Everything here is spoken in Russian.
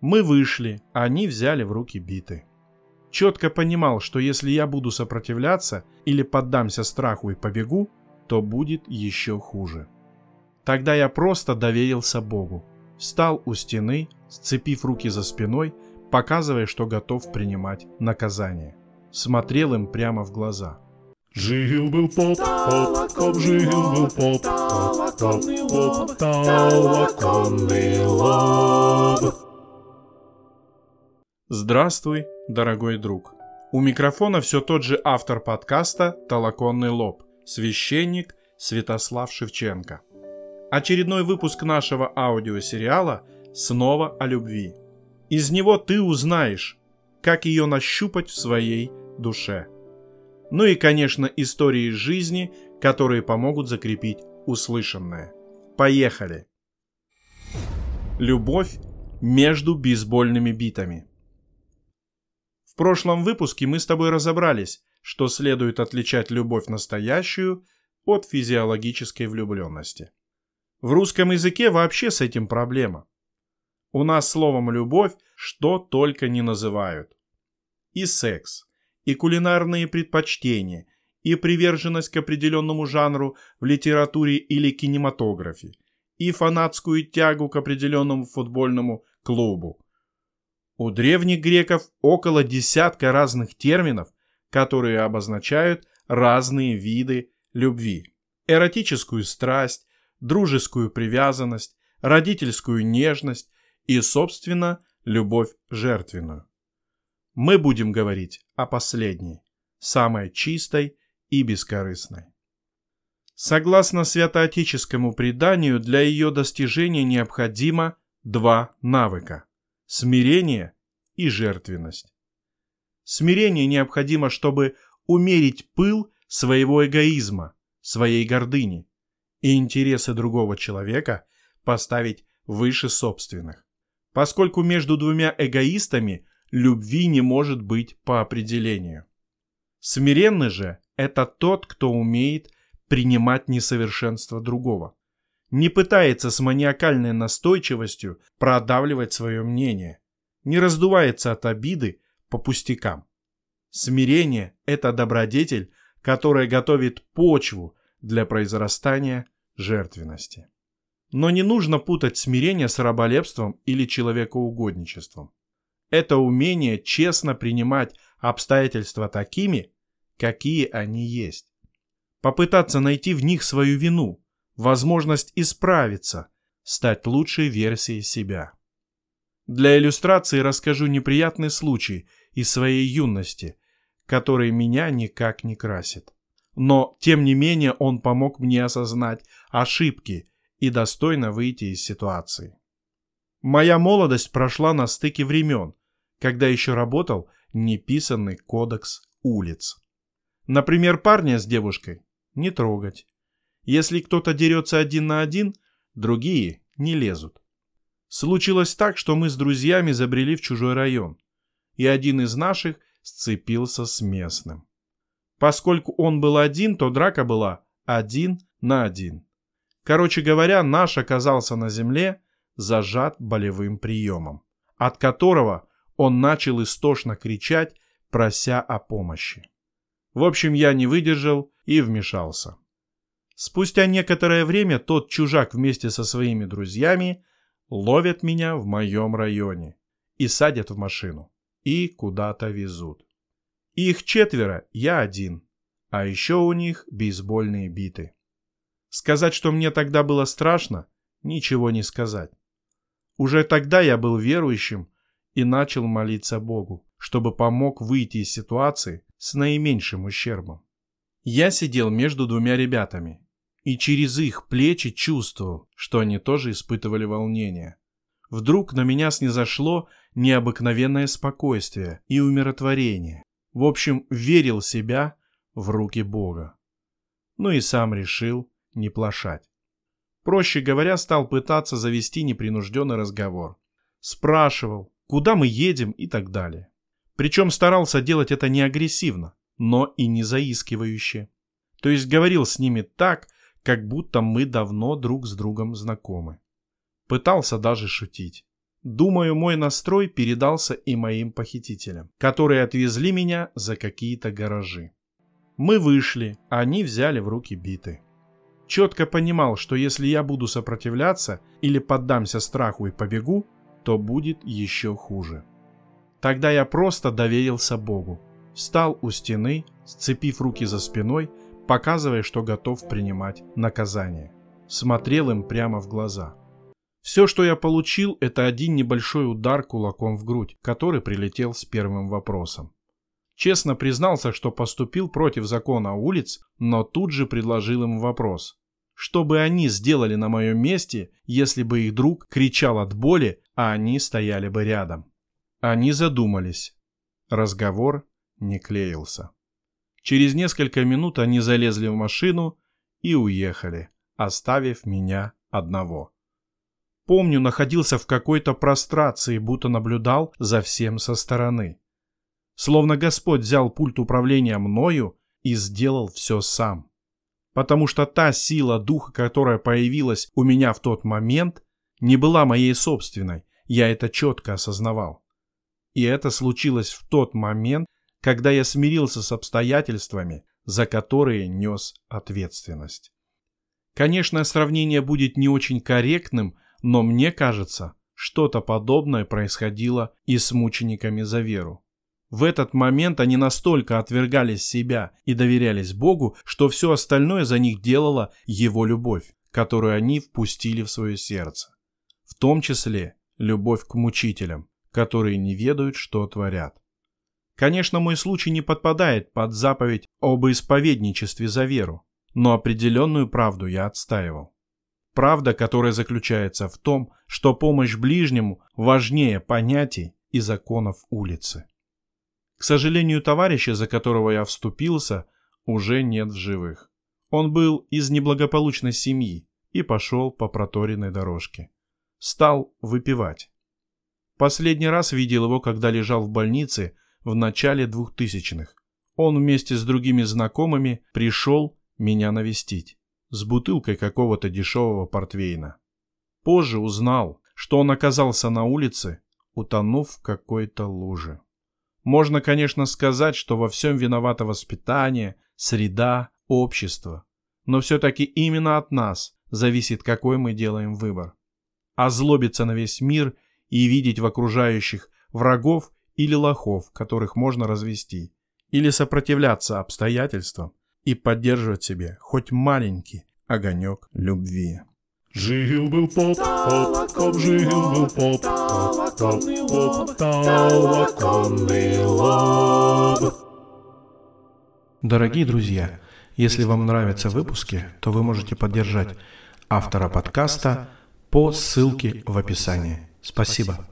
Мы вышли, а они взяли в руки биты. Четко понимал, что если я буду сопротивляться или поддамся страху и побегу, то будет еще хуже. Тогда я просто доверился Богу. Встал у стены, сцепив руки за спиной, показывая, что готов принимать наказание. Смотрел им прямо в глаза. Жил-был поп, поп, жил-был поп, поп, поп, толоконный лоб. Здравствуй, дорогой друг. У микрофона все тот же автор подкаста «Толоконный лоб», священник Святослав Шевченко. Очередной выпуск нашего аудиосериала снова о любви. Из него ты узнаешь, как ее нащупать в своей душе. Ну и, конечно, истории из жизни, которые помогут закрепить услышанное. Поехали! Любовь между бейсбольными битами. В прошлом выпуске мы с тобой разобрались, что следует отличать любовь настоящую от физиологической влюбленности. В русском языке вообще с этим проблема. У нас словом «любовь» что только не называют. И секс, и кулинарные предпочтения, и приверженность к определенному жанру в литературе или кинематографе, и фанатскую тягу к определенному футбольному клубу. У древних греков около десятка разных терминов, которые обозначают разные виды любви. Эротическую страсть, дружескую привязанность, родительскую нежность и, собственно, любовь жертвенную. Мы будем говорить о последней, самой чистой и бескорыстной. Согласно святоотеческому преданию, для ее достижения необходимо два навыка – смирение и жертвенность. Смирение необходимо, чтобы умерить пыл своего эгоизма, своей гордыни и интересы другого человека поставить выше собственных. Поскольку между двумя эгоистами любви не может быть по определению. Смиренный же – это тот, кто умеет принимать несовершенство другого, не пытается с маниакальной настойчивостью продавливать свое мнение, не раздувается от обиды по пустякам. Смирение – это добродетель, которая готовит почву для произрастания жертвенности. Но не нужно путать смирение с раболепством или человекоугодничеством. Это умение честно принимать обстоятельства такими, какие они есть. Попытаться найти в них свою вину, возможность исправиться, стать лучшей версией себя. Для иллюстрации расскажу неприятный случай из своей юности, который меня никак не красит. Но, тем не менее, он помог мне осознать ошибки и достойно выйти из ситуации. Моя молодость прошла на стыке времен, когда еще работал неписанный кодекс улиц. Например, парня с девушкой не трогать. Если кто-то дерется один на один, другие не лезут. Случилось так, что мы с друзьями забрели в чужой район, и один из наших сцепился с местным. Поскольку он был один, то драка была 1 на 1. Короче говоря, наш оказался на земле, зажат болевым приемом, от которого он начал истошно кричать, прося о помощи. В общем, я не выдержал и вмешался. Спустя некоторое время тот чужак вместе со своими друзьями ловят меня в моем районе и садят в машину и куда-то везут. Их 4, я один, а еще у них бейсбольные биты. Сказать, что мне тогда было страшно, ничего не сказать. Уже тогда я был верующим и начал молиться Богу, чтобы помог выйти из ситуации с наименьшим ущербом. Я сидел между двумя ребятами и через их плечи чувствовал, что они тоже испытывали волнение. Вдруг на меня снизошло необыкновенное спокойствие и умиротворение. В общем, верил себя в руки Бога. Ну и сам решил не плашать. Проще говоря, стал пытаться завести непринужденный разговор. Спрашивал, куда мы едем и так далее. Причем старался делать это не агрессивно, но и не заискивающе. То есть говорил с ними так, как будто мы давно друг с другом знакомы. Пытался даже шутить. Думаю, мой настрой передался и моим похитителям, которые отвезли меня за какие-то гаражи. Мы вышли, а они взяли в руки биты. Четко понимал, что если я буду сопротивляться или поддамся страху и побегу, то будет еще хуже. Тогда я просто доверился Богу. Встал у стены, сцепив руки за спиной, показывая, что готов принимать наказание. Смотрел им прямо в глаза. Все, что я получил, это один небольшой удар кулаком в грудь, который прилетел с первым вопросом. Честно признался, что поступил против закона улиц, но тут же предложил им вопрос. Что бы они сделали на моем месте, если бы их друг кричал от боли, а они стояли бы рядом? Они задумались. Разговор не клеился. Через несколько минут они залезли в машину и уехали, оставив меня одного. Помню, находился в какой-то прострации, будто наблюдал за всем со стороны. Словно Господь взял пульт управления мною и сделал все сам. Потому что та сила духа, которая появилась у меня в тот момент, не была моей собственной, я это четко осознавал. И это случилось в тот момент, когда я смирился с обстоятельствами, за которые нес ответственность. Конечно, сравнение будет не очень корректным, но мне кажется, что-то подобное происходило и с мучениками за веру. В этот момент они настолько отвергались себя и доверялись Богу, что все остальное за них делала Его любовь, которую они впустили в свое сердце. В том числе любовь к мучителям, которые не ведают, что творят. Конечно, мой случай не подпадает под заповедь об исповедничестве за веру, но определенную правду я отстаивал. Правда, которая заключается в том, что помощь ближнему важнее понятий и законов улицы. К сожалению, товарища, за которого я вступился, уже нет в живых. Он был из неблагополучной семьи и пошел по проторенной дорожке. Стал выпивать. Последний раз видел его, когда лежал в больнице в начале 2000-х. Он вместе с другими знакомыми пришел меня навестить с бутылкой какого-то дешевого портвейна. Позже узнал, что он оказался на улице, утонув в какой-то луже. Можно, конечно, сказать, что во всем виновато воспитание, среда, общество. Но все-таки именно от нас зависит, какой мы делаем выбор. Озлобиться на весь мир и видеть в окружающих врагов или лохов, которых можно развести, или сопротивляться обстоятельствам и поддерживать себе хоть маленький огонек любви. Жил-был поп, поп, жил-был поп, поп, толоконный лоб. Дорогие друзья, если вам нравятся выпуски, то вы можете поддержать автора подкаста по ссылке в описании. Спасибо.